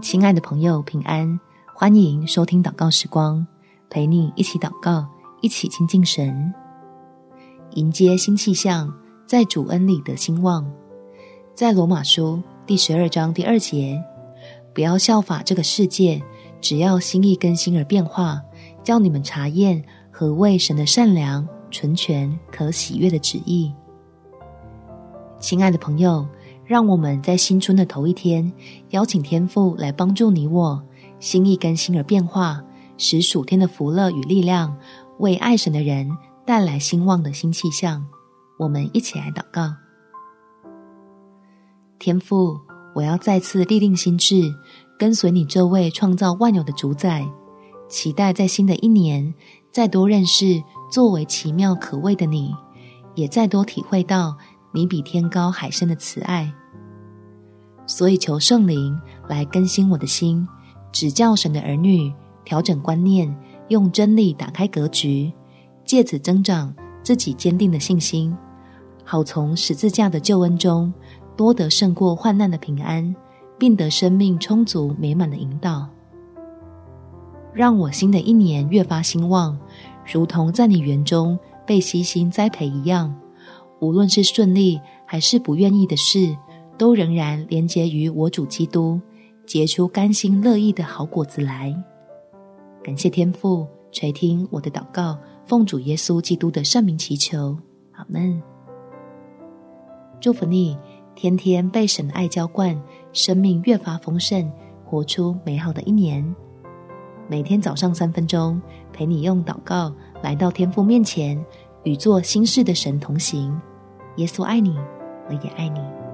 亲爱的朋友，平安，欢迎收听祷告时光，陪你一起祷告，一起亲近神，迎接新气象，在主恩里得兴旺。在罗马书第12章第2节，不要效法这个世界，只要心意更新而变化，叫你们查验何为神的善良、纯全、可喜悦的旨意。亲爱的朋友，让我们在新春的头一天，邀请天父来帮助你我，心意更新而变化，使属天的福乐与力量，为爱神的人带来兴旺的新气象。我们一起来祷告。天父，我要再次立定心志，跟随你这位创造万有的主宰，期待在新的一年，再多认识作为奇妙可畏的你，也再多体会到你比天高海深的慈爱。所以求圣灵来更新我的心，指教神的儿女，调整观念，用真理打开格局，借此增长自己坚定的信心，好从十字架的救恩中多得胜过患难的平安，并得生命充足美满的引导。让我新的一年越发兴旺，如同在你园中被悉心栽培一样，无论是顺利还是不愿意的事，都仍然连结于我主基督，结出甘心乐意的好果子来。感谢天父垂听我的祷告，奉主耶稣基督的圣名祈求，阿们。祝福你天天被神的爱浇灌，生命越发丰盛，活出美好的一年。每天早上3分钟，陪你用祷告来到天父面前，与做新事的神同行。耶稣爱你，我也爱你。